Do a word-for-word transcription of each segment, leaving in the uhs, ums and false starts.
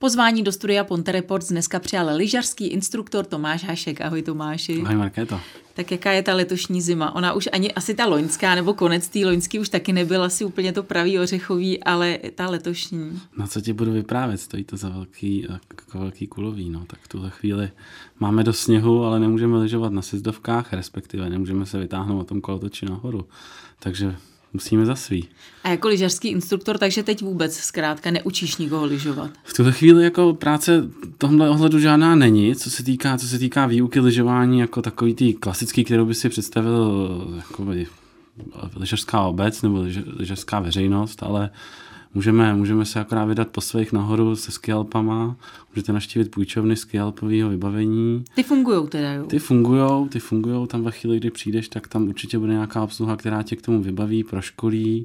Pozvání do studia Ponte Reports dneska přijal lyžařský instruktor Tomáš Hašek. Ahoj Tomáši. Ahoj Markéto. Tak jaká je ta letošní zima? Ona už ani asi ta loňská, nebo konec té loňský už taky nebyl asi úplně to pravý ořechový, ale ta letošní. No co ti budu vyprávět, stojí to za velký, jako velký kulový, no. Tak v tuhle chvíli máme do sněhu, ale nemůžeme lyžovat na sjezdovkách, respektive nemůžeme se vytáhnout o tom kolotoči nahoru. Takže musíme za svý. A jako lyžařský instruktor, takže teď vůbec zkrátka neučíš nikoho lyžovat? V tuhle chvíli jako práce tohle ohledu žádná není, co se týká, co se týká výuky lyžování jako takový tý klasický, kterou by si představil jako lyžařská obec nebo lyžařská veřejnost, ale můžeme, můžeme se akorát vydat po svých nahoru se skialpama, můžete navštívit půjčovny skialpového vybavení. Ty fungujou teda, jo? Ty fungujou, ty fungujou, tam ve chvíli, kdy přijdeš, tak tam určitě bude nějaká obsluha, která tě k tomu vybaví, proškolí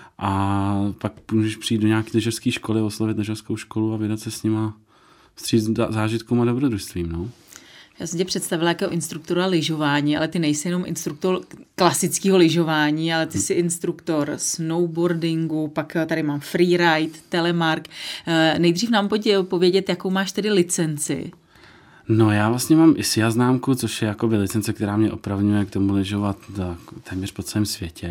a pak můžeš přijít do nějaké lyžařské školy, oslovit lyžařskou školu a vydat se s nima vstříc zážitkům a dobrodružstvím, no. Já jsem tě představila jako instruktora lyžování, ale ty nejsi jenom instruktor klasického lyžování, ale ty jsi instruktor snowboardingu, pak tady mám freeride, telemark. Nejdřív nám pojď povědět, jakou máš tedy licenci. No já vlastně mám i S I A známku, což je jakoby licence, která mě opravňuje k tomu lyžovat téměř po celém světě.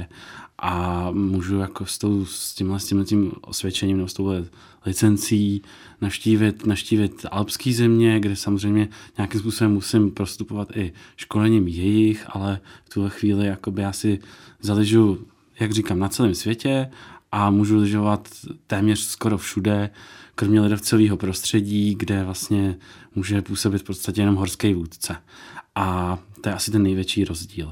A můžu jako s, tou, s tímhle, s tímhle tím osvědčením nebo s touhle licencí navštívit, navštívit alpské země, kde samozřejmě nějakým způsobem musím prostupovat i školením jejich, ale v tuhle chvíli jakoby já si zalyžu, jak říkám, na celém světě a můžu lyžovat téměř skoro všude, kromě ledovcového prostředí, kde vlastně může působit v podstatě jenom horský vůdce. A to je asi ten největší rozdíl.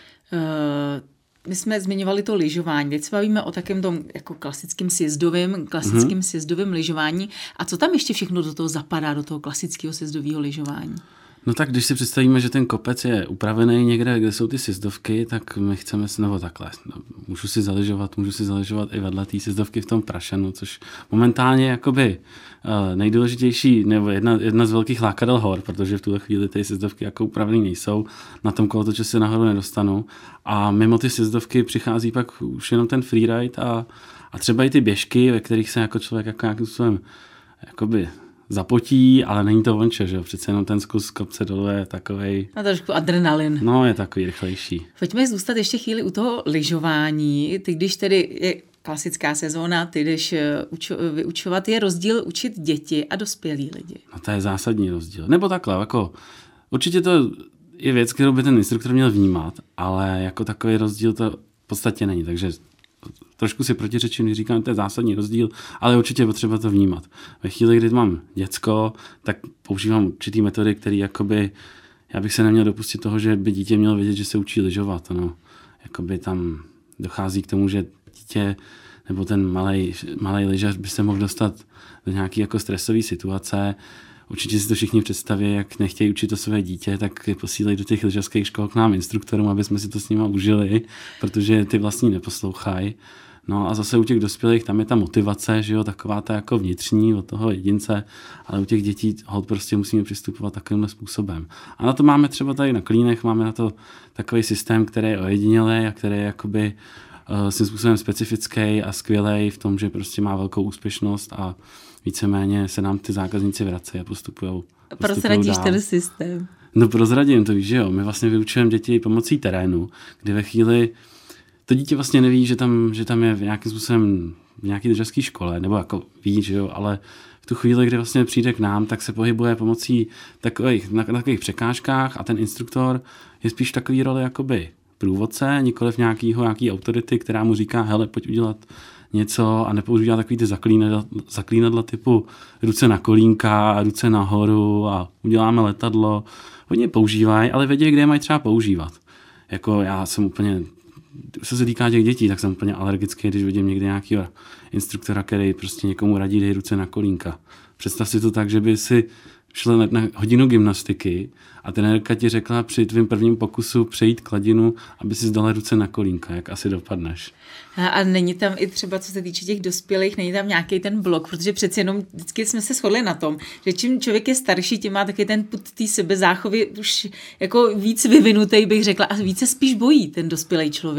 Uh... My jsme zmiňovali to lyžování. Teď se bavíme o takém tom jako klasickém sjezdovém, klasickém mm-hmm. sjezdovém lyžování. A co tam ještě všechno do toho zapadá, do toho klasického sjezdového lyžování? No tak když si představíme, že ten kopec je upravený někde, kde jsou ty sjezdovky, tak my chceme, nebo takhle, no, můžu si zalyžovat, můžu si zalyžovat i vedle té sjezdovky v tom Prašanu, což momentálně jakoby uh, nejdůležitější, nebo jedna, jedna z velkých lákadel hor, protože v tuhle chvíli ty sjezdovky jako upravený nejsou, na tom kolotoče se nahoru nedostanu a mimo ty sjezdovky přichází pak už jenom ten freeride a, a třeba i ty běžky, ve kterých se jako člověk jako nějakým způsobem jakoby zapotí, ale není to vonče, že jo? Přece jenom ten zkus kopce dolů je takovej... A trošku adrenalin. No, je takový rychlejší. Pojďme zůstat ještě chvíli u toho lyžování. Ty, když tedy je klasická sezóna, ty jdeš učo, vyučovat, je rozdíl učit děti a dospělí lidi. No to je zásadní rozdíl. Nebo takhle, jako určitě to je věc, kterou by ten instruktor měl vnímat, ale jako takový rozdíl to v podstatě není, takže trošku si protiřečím, když říkám, to je zásadní rozdíl, ale určitě je potřeba to vnímat. Ve chvíli, kdy mám děcko, tak používám určitý metody, které jakoby, já bych se neměl dopustit toho, že by dítě mělo vědět, že se učí lyžovat. No. Jakoby tam dochází k tomu, že dítě nebo ten malej, malej lyžař by se mohl dostat do nějaké jako stresové situace. Určitě si to všichni představí, jak nechtějí učit to své dítě, tak je posílají do těch lyžařských škol k nám instruktorům, aby jsme si to s nima užili, protože ty vlastní neposlouchají. No a zase u těch dospělých tam je ta motivace, že jo, taková ta jako vnitřní od toho jedince, ale u těch dětí holt prostě musíme přistupovat takovýmhle způsobem. A na to máme třeba tady na Klínech, máme na to takový systém, který je ojedinělý a který je jakoby uh, svým způsobem specifický a skvělý v tom, že prostě má velkou úspěšnost a víceméně se nám ty zákazníci vracejí a postupujou. Prozradíš ten systém? No prozradím, to víš, že jo. My vlastně vyučujeme děti pomocí terénu, kdy ve chvíli to dítě vlastně neví, že tam, že tam je v nějakým způsobem v nějaké lyžařské škole, nebo jako ví, že jo, ale v tu chvíli, kdy vlastně přijde k nám, tak se pohybuje pomocí takových, na takových překážkách a ten instruktor je spíš takový roli jakoby průvodce, nikoliv nějakýho, nějaký autority, která mu říká, hele, pojď udělat něco a nepoužívá takový ty zaklínadla, zaklínadla typu ruce na kolínka, ruce nahoru a uděláme letadlo. Hodně používají, ale vědí, kde je mají třeba používat. Jako já jsem úplně, co se týká těch dětí, tak jsem úplně alergický, když vidím někde nějakého instruktora, který prostě někomu radí, dej ruce na kolínka. Představ si to tak, že by si šel na, na hodinu gymnastiky a trenérka ti řekla při tvým prvním pokusu přejít kladinu, aby si zdala ruce na kolínka. Jak asi dopadneš? A, a není tam i třeba, co se týče těch dospělých, není tam nějaký ten blok, protože přeci jenom vždycky jsme se shodli na tom, že čím člověk je starší, tím má taky ten pud té sebezáchovy už jako víc vyvinutý, bych řekla, a více spíš bojí ten dospělý člověk.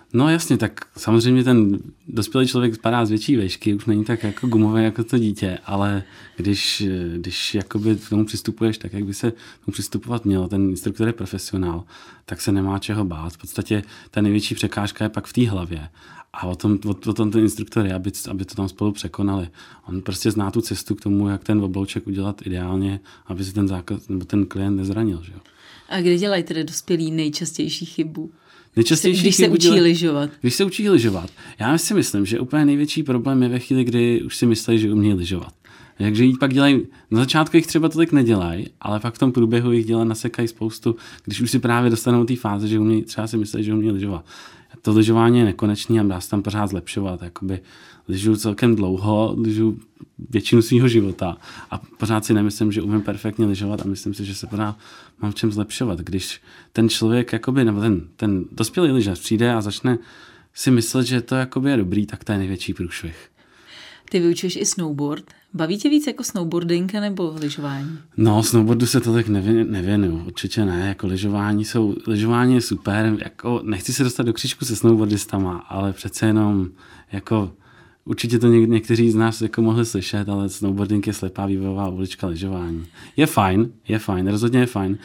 No jasně, tak samozřejmě ten dospělý člověk spadá z větší výšky, už není tak jako gumový jako to dítě, ale když, když jakoby k tomu přistupuješ tak, jak by se k tomu přistupovat mělo, ten instruktor je profesionál, tak se nemá čeho bát. V podstatě ta největší překážka je pak v té hlavě. A o tom, o, o tom ten instruktor je, aby, aby to tam spolu překonali. On prostě zná tu cestu k tomu, jak ten oblouček udělat ideálně, aby se ten zákaz, nebo ten klient nezranil. Že jo? A kde dělají tedy dospělí nejčastější chybu? Nejčastější když se učí dělat, lyžovat. Když se učí lyžovat. Já si myslím, že úplně největší problém je ve chvíli, kdy už si myslí, že umějí lyžovat. Takže jich pak dělají, na začátku jich třeba tolik nedělají, ale pak v tom průběhu jich dělají, nasekají spoustu, když už si právě dostanou té fáze, že umějí, třeba si myslí, že umějí lyžovat. To lyžování je nekonečný a dá se tam pořád zlepšovat. Jakoby lyžuju celkem dlouho, lyžuju většinu svého života a pořád si nemyslím, že umím perfektně lyžovat a myslím si, že se pořád mám v čem zlepšovat. Když ten člověk, jakoby, nebo ten, ten dospělý lyžař přijde a začne si myslet, že to jakoby je dobrý, tak to je největší průšvih. Ty vyučuješ i snowboard. Baví tě víc jako snowboarding nebo lyžování? No, snowboardu se tolik nevěnuju, určitě ne, jako lyžování jsou, lyžování je super, jako nechci se dostat do křížku se snowboardistama, ale přece jenom, jako určitě to něk- někteří z nás jako mohli slyšet, ale snowboarding je slepá vývojová ulička lyžování. Je fajn, je fajn, rozhodně je fajn.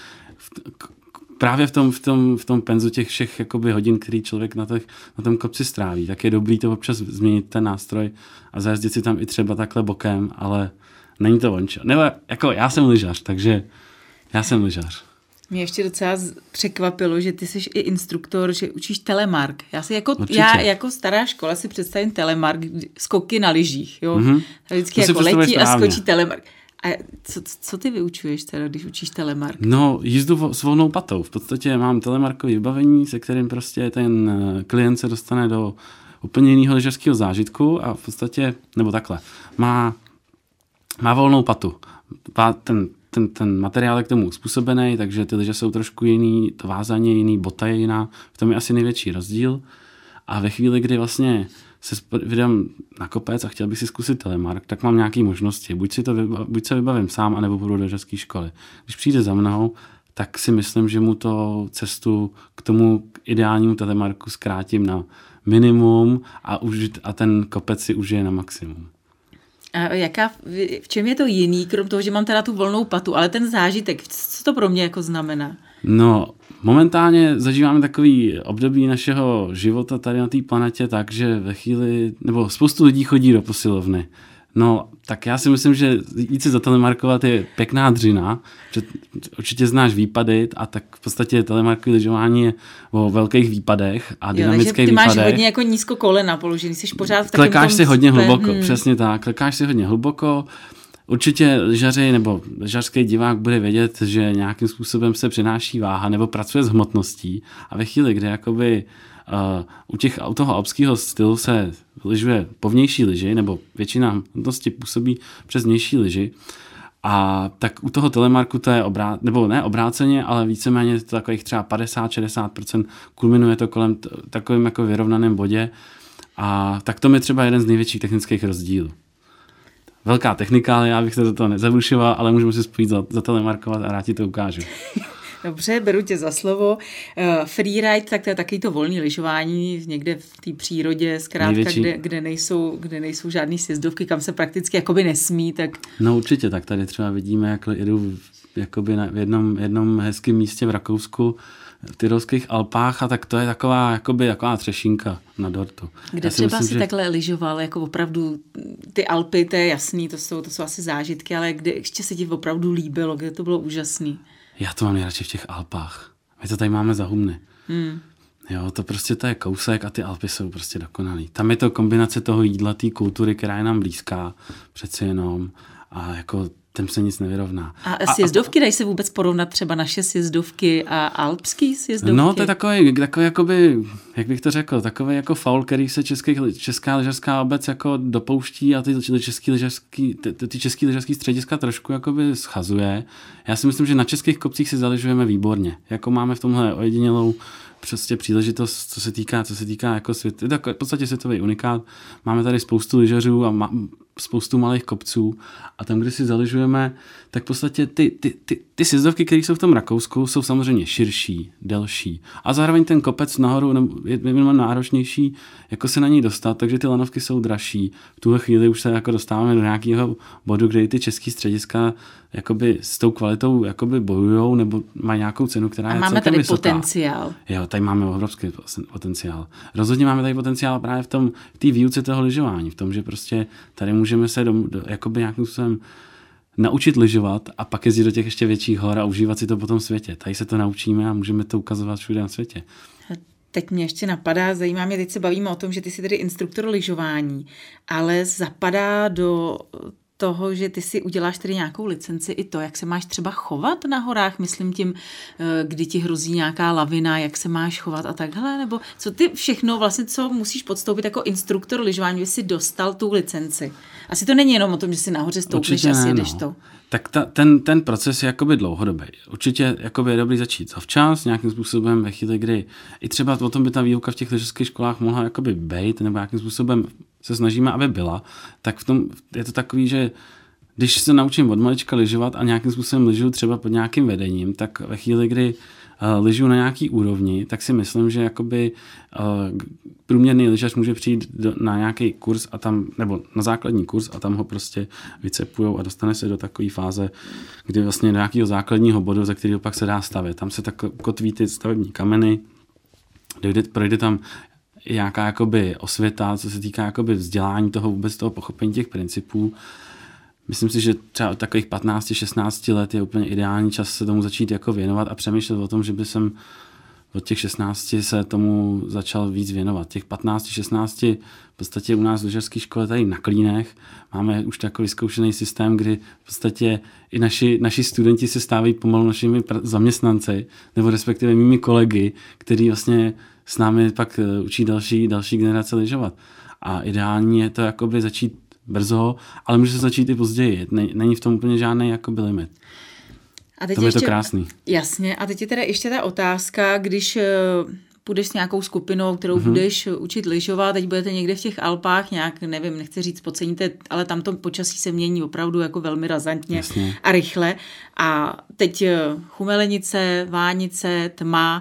Právě v tom, v tom, v tom penzu těch všech jakoby hodin, který člověk na, těch, na tom kopci stráví, tak je dobrý to občas změnit ten nástroj a zajezdit si tam i třeba takhle bokem, ale není to vončo. Nebo jako já jsem lyžař, takže já jsem lyžař. Mě ještě docela překvapilo, že ty jsi i instruktor, že učíš telemark. Já si jako, Určitě. já jako stará škola si představím telemark, skoky na lyžích, jo. Mm-hmm. Vždycky jako letí a skočí telemark. A co, co ty vyučuješ teda, když učíš telemark? No, jízdu s volnou patou. V podstatě mám telemarkové vybavení, se kterým prostě ten klient se dostane do úplně jiného lyžařského zážitku a v podstatě, nebo takhle, má, má volnou patu. Ten, ten, ten materiál je k tomu uspůsobený, takže ty lyže jsou trošku jiný, to vázání je jiný, bota je jiná, v tom je asi největší rozdíl. A ve chvíli, kdy vlastně se vydám na kopec a chtěl bych si zkusit telemark, tak mám nějaké možnosti. Buď, si to vyba, buď se vybavím sám, anebo půjdu do lyžařské školy. Když přijde za mnou, tak si myslím, že mu to cestu k tomu ideálnímu telemarku zkrátím na minimum a, už, a ten kopec si užije na maximum. A jaká, v čem je to jiný, krom toho, že mám teda tu volnou patu, ale ten zážitek, co to pro mě jako znamená? No, momentálně zažíváme takový období našeho života tady na té planetě tak, že ve chvíli, nebo spoustu lidí chodí do posilovny. No, tak já si myslím, že jít si zatelemarkovat je pěkná dřina, že určitě znáš výpady a tak v podstatě telemarkové lyžování je o velkých výpadech a dynamických výpadech. Ty máš hodně jako nízko kolena položený, jsi pořád v takovém Klekáš tom si hodně super, hluboko, hmm. přesně tak, klekáš si hodně hluboko. Určitě lyžaři nebo lyžařský divák bude vědět, že nějakým způsobem se přenáší váha nebo pracuje s hmotností a ve chvíli, kdy jakoby uh, u, těch, u toho alpského stylu se lyžuje po vnější lyži nebo většina hmotnosti působí přes vnější lyži, a tak u toho telemarku to je obrá, nebo ne obráceně, ale víceméně to takových třeba padesát až šedesát procent kulminuje to kolem t- takovým jako vyrovnaném bodě a tak to je třeba jeden z největších technických rozdílů. Velká technika, ale já bych se do toho nezavušoval, ale můžeme se spojit za, za telemarkovat a rád ti to ukážu. Dobře, beru tě za slovo. Uh, freeride, tak to je takový to volný lyžování někde v té přírodě, zkrátka, kde, kde, nejsou, kde nejsou žádný sjezdovky, kam se prakticky jakoby nesmí. Tak... No určitě, tak tady třeba vidíme, jak jedu jakoby na, v jednom, jednom hezkém místě v Rakousku, v Tyrolských Alpách a tak to je taková, jakoby, taková třešínka na dortu. Kde třeba myslím, si že... takhle lyžoval, jako opravdu ty Alpy, to je jasný, to jsou, to jsou asi zážitky, ale kde ještě se ti opravdu líbilo, kde to bylo úžasný? Já to mám nejradši v těch Alpách. My to tady máme za humny. Hmm. Jo, to prostě to je kousek a ty Alpy jsou prostě dokonalý. Tam je to kombinace toho jídla, té kultury, která je nám blízká, přeci jenom a jakotem se nic nevyrovná. A sjezdovky, dají se vůbec porovnat třeba naše sjezdovky a alpský sjezdovky? No, to je takový, takový jakoby, jak bych to řekl, takový jako faul, který se český, česká lyžařská obec jako dopouští a ty, český lyžařský, ty, ty český lyžařský střediska trošku jakoby schazuje. Já si myslím, že na českých kopcích si zalyžujeme výborně. Jako máme v tomhle ojedinělou prostě příležitost, co se týká, co se týká jako svět, je to v podstatě světový unikát. Máme tady spoustu lyžařů a ma, spoustu malých kopců a tam, kde si zalyžujeme, tak v podstatě ty, ty, ty, ty sjezdovky, které jsou v tom Rakousku, jsou samozřejmě širší, delší a zároveň ten kopec nahoru je mnohem náročnější jako se na něj dostat, takže ty lanovky jsou dražší. V tuhle chvíli už se jako dostáváme do nějakého bodu, kde ty český střediska jakoby s tou kvalitou jakoby bojujou nebo mají nějakou cenu, která a je máme celkem tady vysoká. Potenciál. Jo, tady máme obrovský potenciál. Rozhodně máme tady potenciál právě v tom, v té výuce toho lyžování, v tom, že prostě tady můžeme se do, do, jakoby nějakým způsobem naučit lyžovat a pak jezdit do těch ještě větších hor a užívat si to po tom světě. Tady se to naučíme a můžeme to ukazovat všude na světě. Teď mě ještě napadá, zajímá mě, teď se bavíme o tom, že ty jsi tedy instruktor lyžování, ale zapadá do toho, že ty si uděláš tedy nějakou licenci i to, jak se máš třeba chovat na horách, myslím tím, kdy ti hrozí nějaká lavina, jak se máš chovat a takhle, nebo co ty všechno vlastně, co musíš podstoupit jako instruktor lyžování, aby si dostal tu licenci. Asi to není jenom o tom, že si nahoře stoupneš a sjedeš no. to. Tak ta, ten, ten proces je jakoby dlouhodobý. Určitě jakoby je dobrý začít zavčas, nějakým způsobem ve chvíli, kdy i třeba o tom by ta výuka v těch lyžařských školách mohla jakoby být, nebo nějakým způsobem se snažíme, aby byla, tak v tom je to takový, že když se naučím od malička lyžovat a nějakým způsobem lyžuju třeba pod nějakým vedením, tak ve chvíli, kdy uh, lyžuju na nějaký úrovni, tak si myslím, že jakoby uh, průměrný lyžař může přijít do, na nějaký kurz a tam, nebo na základní kurz a tam ho prostě vycepujou a dostane se do takové fáze, kdy vlastně do nějakého základního bodu, ze kterého pak se dá stavět. Tam se tak kotví ty stavební kameny, dojde, projde tam nějaká jakoby osvěta, co se týká jakoby vzdělání toho vůbec toho pochopení těch principů. Myslím si, že třeba od takových patnáct šestnáct let je úplně ideální čas se tomu začít jako věnovat a přemýšlet o tom, že by jsem od těch šestnácti se tomu začal víc věnovat. Těch patnáct šestnáct v podstatě u nás v lyžařské škole tady na Klínech máme už takový vyzkoušený systém, kdy v podstatě i naši, naši studenti se stávají pomalu našimi zaměstnanci, nebo respektive mými kolegy, kteří vlastně s námi pak učí další, další generace lyžovat. A ideální je to jakoby začít brzo, ale může se začít i později. Není v tom úplně žádný jakoby limit. A teď to je ještě, to krásný. Jasně. A teď je teda ještě ta otázka, když půjdeš s nějakou skupinou, kterou mm-hmm. budeš učit lyžovat, teď budete někde v těch Alpách, nějak, nevím, nechci říct, podceníte, ale tam to počasí se mění opravdu jako velmi razantně Jasně. a rychle. A teď chumelenice, vánice, tma,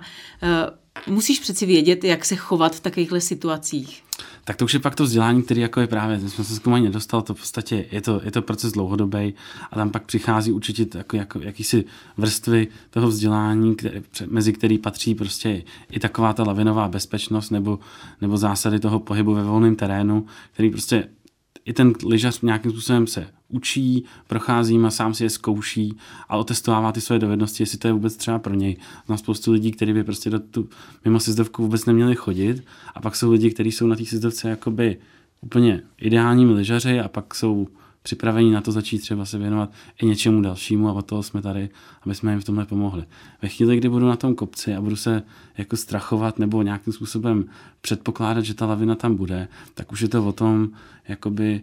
musíš přeci vědět, jak se chovat v takovýchhle situacích. Tak to už je pak to vzdělání, který jako je právě, my jsme se k tomu ani nedostal, to v podstatě je to, je to proces dlouhodobý a tam pak přichází určitě jako, jako, jakýsi vrstvy toho vzdělání, které, mezi který patří prostě i taková ta lavinová bezpečnost nebo, nebo zásady toho pohybu ve volném terénu, který prostě i ten lyžař nějakým způsobem se učí, prochází a sám si je zkouší a otestovává ty své dovednosti, jestli to je vůbec třeba pro něj. Znám spoustu lidí, kteří by prostě do tu mimo sjezdovku vůbec neměli chodit a pak jsou lidi, kteří jsou na té sjezdovce jakoby úplně ideálními lyžaři a pak jsou připravení na to začít třeba se věnovat i něčemu dalšímu a od toho jsme tady, aby jsme jim v tomhle pomohli. Ve chvíli, kdy budu na tom kopci a budu se jako strachovat nebo nějakým způsobem předpokládat, že ta lavina tam bude, tak už je to o tom, jakoby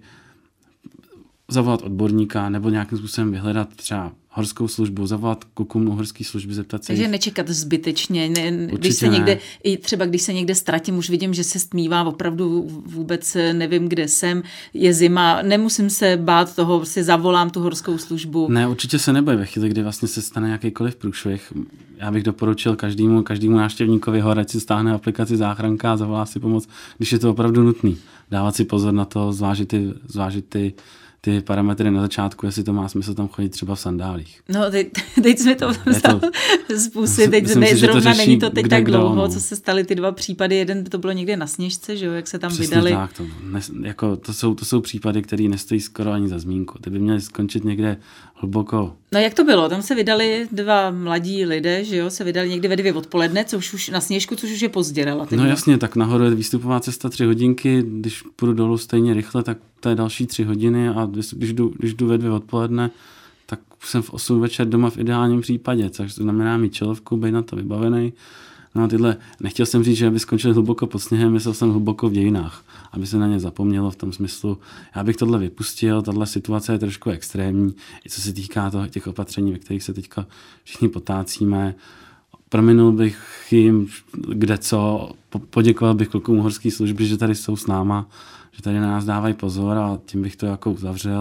zavolat odborníka nebo nějakým způsobem vyhledat třeba horskou službu, zavolat klukům u horské služby, zeptat se. Takže jich. nečekat zbytečně. Ne, Určitě když se někde, ne. i třeba když se někde ztratím, už vidím, že se stmívá, opravdu vůbec nevím, kde jsem, je zima, nemusím se bát toho, si zavolám tu horskou službu. Ne, určitě se neboj ve chvíli, kdy vlastně se stane jakýkoliv průšvih. Já bych doporučil každému, každému návštěvníkovi hor, ať si stáhne aplikaci záchranka a zavolá si pomoc, když je to opravdu nutný. Dávat si pozor na to, zvážit ty, zvážit ty ty parametry na začátku, jestli to má smysl tam chodit třeba v sandálích. No, teď, teď jsme to vzal z pusy, teď myslím ne, si, zrovna to řeší, není to teď tak kdo, dlouho, no. co se staly ty dva případy. Jeden to bylo někde na Sněžce, že jo, jak se tam Přesně vydali. Tak, to, ne, jako, to, jsou, to jsou případy, které nestojí skoro ani za zmínku. Ty by měly skončit někde hluboko. No jak to bylo? Tam se vydali dva mladí lidé, že jo, se vydali někdy ve dvě odpoledne, což už na Sněžku, což už je pozdě relativně. No jasně, tak nahoru je výstupová cesta tři hodinky, když půjdu dolů stejně rychle, tak to je další tři hodiny a když jdu, když jdu ve dvě odpoledne, tak jsem v osm večer doma v ideálním případě, což znamená mít čelovku, být na to vybavený. No a tyhle, nechtěl jsem říct, že aby skončil hluboko pod sněhem, myslel jsem hluboko v dějinách, aby se na ně zapomnělo v tom smyslu, já bych tohle vypustil, tahle situace je trošku extrémní, i co se týká toho, těch opatření, ve kterých se teďka všichni potácíme. Prominul bych jim kde co, poděkoval bych klukům horské služby, že tady jsou s náma, že tady na nás dávají pozor a tím bych to jako uzavřel.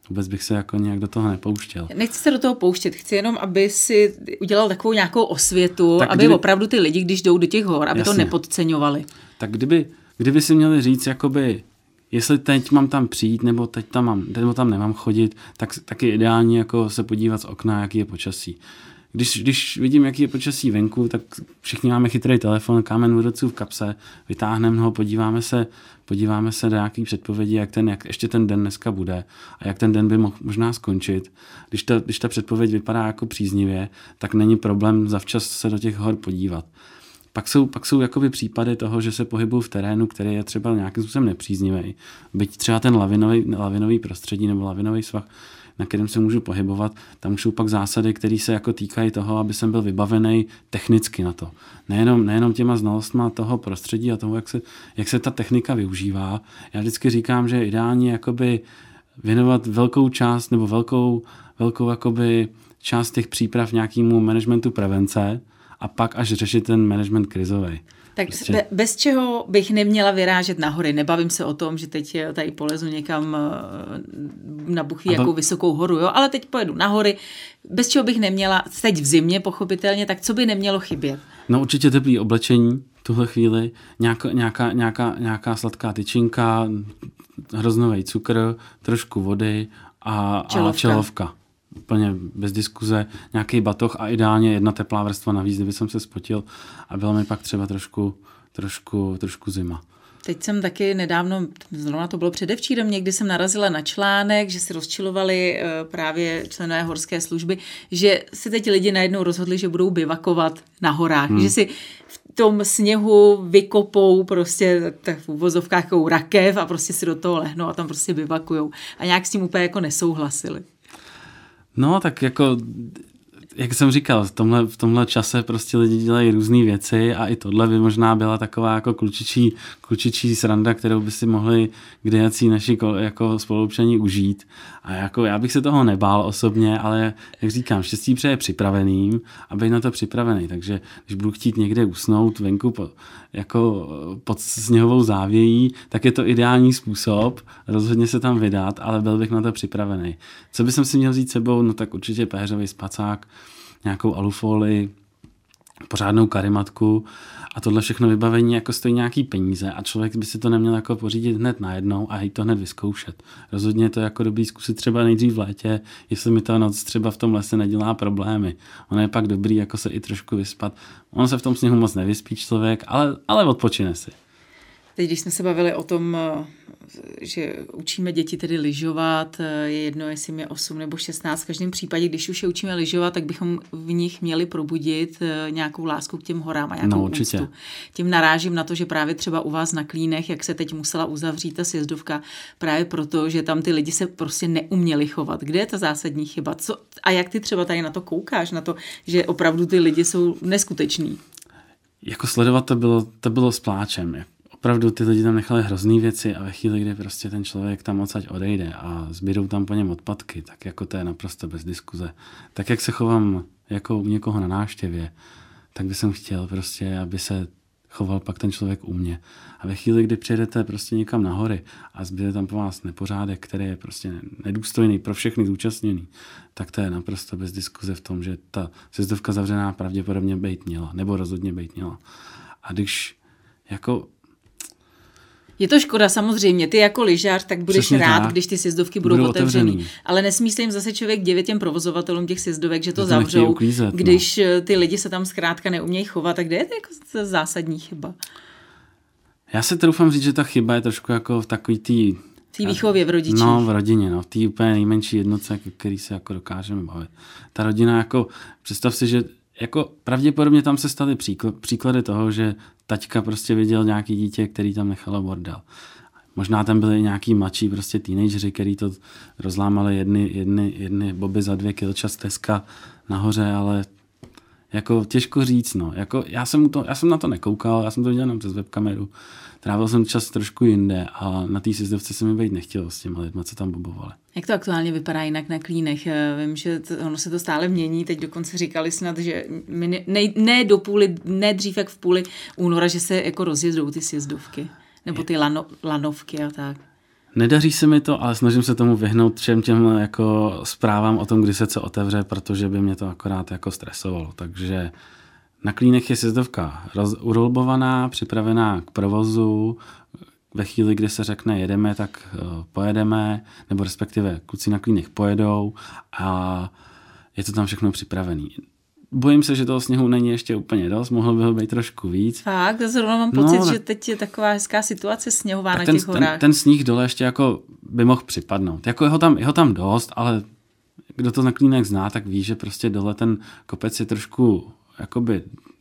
Vůbec bych se jako nějak do toho nepouštěl. Nechci se do toho pouštět, chci jenom, aby si udělal takovou nějakou osvětu, tak aby kdyby, opravdu ty lidi, když jdou do těch hor, aby jasně, to nepodceňovali. Tak kdyby, kdyby si měli říct, jakoby, jestli teď mám tam přijít, nebo teď tam, mám, nebo tam nemám chodit, tak, tak je ideální jako se podívat z okna, jaký je počasí. Když, když vidím, jaký je počasí venku, tak všichni máme chytrý telefon, kámen vodoců v kapse, vytáhneme ho, podíváme se, podíváme se do nějaký předpovědi, jak, ten, jak ještě ten den dneska bude a jak ten den by mohl možná skončit. Když ta, když ta předpověď vypadá jako příznivě, tak není problém zavčas se do těch hor podívat. Pak jsou, pak jsou jakoby případy toho, že se pohybují v terénu, který je třeba nějakým způsobem nepříznivý. Byť třeba ten lavinový, lavinový prostředí nebo lavinový svah, na kterém se můžu pohybovat, tam už jsou pak zásady, které se jako týkají toho, aby jsem byl vybavený technicky na to. Nejenom, nejenom těma znalostma toho prostředí a toho, jak se, jak se ta technika využívá. Já vždycky říkám, že je ideální jakoby věnovat velkou část nebo velkou, velkou jakoby část těch příprav nějakému managementu prevence a pak až řešit ten management krizový. Tak prostě. Bez čeho bych neměla vyrážet na hory. Nebavím se o tom, že teď tady polezu někam na buchví jakou vysokou horu, jo? Ale teď pojedu na hory. Bez čeho bych neměla, teď v zimě pochopitelně, tak co by nemělo chybět? No určitě teplý oblečení v tuhle chvíli, nějaká, nějaká, nějaká, nějaká sladká tyčinka, hroznový cukr, trošku vody a čelovka. A čelovka. Úplně bez diskuze, nějaký batoh a ideálně jedna teplá vrstva navíc, kdyby jsem se spotil a bylo mi pak třeba trošku, trošku, trošku zima. Teď jsem taky nedávno, zrovna to bylo předevčírem, někdy jsem narazila na článek, že si rozčilovali právě členové horské služby, že se teď lidi najednou rozhodli, že budou bivakovat na horách, hmm. že si v tom sněhu vykopou prostě tak v uvozovkách jako rakev a prostě si do toho lehnou a tam prostě bivakujou. A nějak s tím úplně jako nesouhlasili. No, tak jako, jak jsem říkal, v tomhle, v tomhle čase prostě lidi dělají různé věci a i tohle by možná byla taková jako klučičí, klučičí sranda, kterou by si mohli kdejací naši jako spoluobčaní užít. A jako já bych se toho nebál osobně, ale jak říkám, štěstí přeje připraveným a být na to připravený. Takže když budu chtít někde usnout venku po, jako pod sněhovou závějí, tak je to ideální způsob rozhodně se tam vydat, ale byl bych na to připravený. Co bych si měl vzít sebou? No tak určitě péřový spacák, nějakou alufolii, pořádnou karimatku a tohle všechno vybavení jako stojí nějaký peníze a člověk by si to neměl jako pořídit hned najednou a jít to hned vyzkoušet. Rozhodně je to jako dobrý zkusit třeba nejdřív v létě, jestli mi ta noc třeba v tom lese nedělá problémy. Ono je pak dobrý jako se i trošku vyspat. Ono se v tom sněhu moc nevyspí člověk, ale, ale odpočine si. Teď, když jsme se bavili o tom, že učíme děti tedy lyžovat, je jedno, jestli jim je osm nebo šestnáct, v každém případě, když už je učíme lyžovat, tak bychom v nich měli probudit nějakou lásku k těm horám a nějakou no, úctu. Tím narážím na to, že právě třeba u vás na Klínech, jak se teď musela uzavřít ta sjezdovka, právě proto, že tam ty lidi se prostě neuměli chovat. Kde je ta zásadní chyba? Co, a jak ty třeba tady na to koukáš, na to, že opravdu ty lidi jsou neskuteční? Jako sledovat to bylo, to bylo s pláčem, jak opravdu ty lidi tam nechali hrozný věci a ve chvíli, kdy prostě ten člověk tam odsaď odejde a zbydou tam po něm odpadky, tak jako to je naprosto bez diskuze. Tak jak se chovám jako u někoho na návštěvě, tak bych jsem chtěl prostě, aby se choval pak ten člověk u mě. A ve chvíli, kdy přijedete prostě někam na hory a zbyde tam po vás nepořádek, který je prostě nedůstojný pro všechny zúčastněný, tak to je naprosto bez diskuze v tom, že ta sjezdovka zavřená pravděpodobně být měla, nebo rozhodně být měla. A když jako je to škoda, samozřejmě. Ty jako lyžař, tak budeš přesně rád, tak, když ty sjezdovky budou, budou otevřený. otevřený. Ale nesmí se jim zase člověk divit těm provozovatelům těch sjezdovek, že to, to zavřou, uklízet, když no. ty lidi se tam zkrátka neumějí chovat. Tak kde je to jako zásadní chyba? Já se troufám říct, že ta chyba je trošku jako v takový tý v té výchově v rodičích. No, v rodině, no, v té úplně nejmenší jednotce, který se jako dokážeme bavit. Ta rodina jako, představ si, že jako pravděpodobně tam se staly příklady toho, že taťka prostě viděl nějaký dítě, který tam nechalo bordel. Možná tam byli nějaký mladší prostě teenageři, který to rozlámali jedny, jedny, jedny boby za dvě kilča z Teska nahoře, ale jako těžko říct, no. Jako já, jsem to, já jsem na to nekoukal, já jsem to viděl jenom přes webkameru. Trávil jsem čas trošku jinde a na té sjezdovce se mi být nechtělo s těma lidma, co tam bobovali. Jak to aktuálně vypadá jinak na Klínech? Vím, že to, ono se to stále mění. Teď dokonce říkali snad, že ne, ne do půli, ne dřív jak v půli února, že se jako rozjezdou ty sjezdovky. Nebo ty lano, lanovky a tak. Nedaří se mi to, ale snažím se tomu vyhnout všem těm jako zprávám o tom, kdy se co otevře, protože by mě to akorát jako stresovalo. Takže na Klínech je sjezdovka roz, urolbovaná, připravená k provozu. Ve chvíli, kdy se řekne jedeme, tak uh, pojedeme, nebo respektive kluci na Klínech pojedou a je to tam všechno připravený. Bojím se, že toho sněhu není ještě úplně dost, mohlo by ho být trošku víc. Fakt, to zrovna mám pocit, no, že teď je taková hezká situace sněhová na ten, těch horách. Ten, ten sníh dole ještě jako by mohl připadnout. Jako je ho tam, je ho tam dost, ale kdo to na Klínech zná, tak ví, že prostě dole ten kopec je trošku jakoby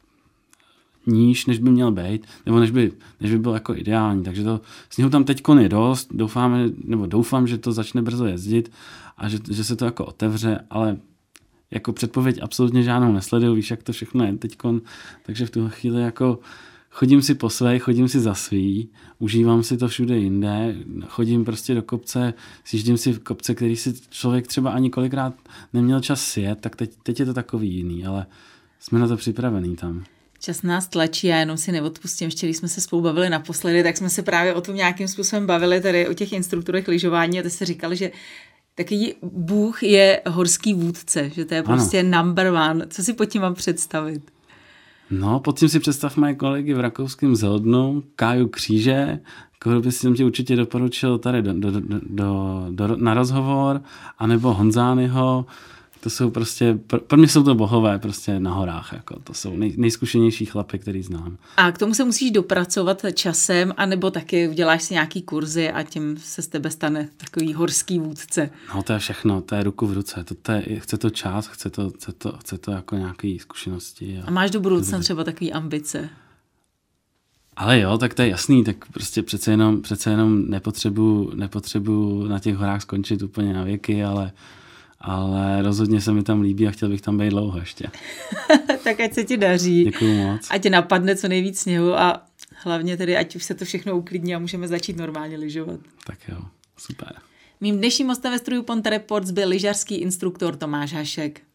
níž, než by měl být, nebo než by, než by byl jako ideální. Takže to sněhu tam teďkon je dost, doufáme, nebo doufám, že to začne brzo jezdit a že, že se to jako otevře, ale jako předpověď absolutně žádnou nesleduju, víš, jak to všechno je teďkon, takže v tu chvíli jako chodím si po své, chodím si za svý, užívám si to všude jinde, chodím prostě do kopce, sjíždím si v kopce, který si člověk třeba ani kolikrát neměl čas sjet, tak teď, teď je to takový jiný, ale jsme na to připravený tam. Čas nás tlačí, já jenom si neodpustím, ještě když jsme se spolu bavili naposledy, tak jsme se právě o tom nějakým způsobem bavili, tady o těch instruktorech lyžování a ty jsi říkali, že takový Bůh je horský vůdce, že to je prostě ano. number one. Co si pod tím mám představit? No, pod tím si představ moje kolegy v rakouském Zeldnu, Káju Kříže, kterou bych si tě určitě doporučil tady do, do, do, do, do, na rozhovor, anebo Honzányho. To jsou prostě, pro, pro mě jsou to bohové prostě na horách, jako to jsou nej, nejzkušenější chlapy, který znám. A k tomu se musíš dopracovat časem, anebo taky uděláš si nějaký kurzy a tím se z tebe stane takový horský vůdce. No to je všechno, to je ruku v ruce, to, to je, chce to čas, chce to, chce to, chce to jako nějaké zkušenosti. A, a máš do budoucna třeba takový ambice? Ale jo, tak to je jasný, tak prostě přece jenom, přece jenom nepotřebuji, nepotřebuji na těch horách skončit úplně na věky, ale ale rozhodně se mi tam líbí a chtěl bych tam být dlouho ještě. Tak ať se ti daří. Děkuju moc. Ať tě napadne co nejvíc sněhu a hlavně tedy, ať už se to všechno uklidní a můžeme začít normálně lyžovat. Tak jo, super. Mým dnešním hostem ve studiu Ponte Reports byl lyžařský instruktor Tomáš Hašek.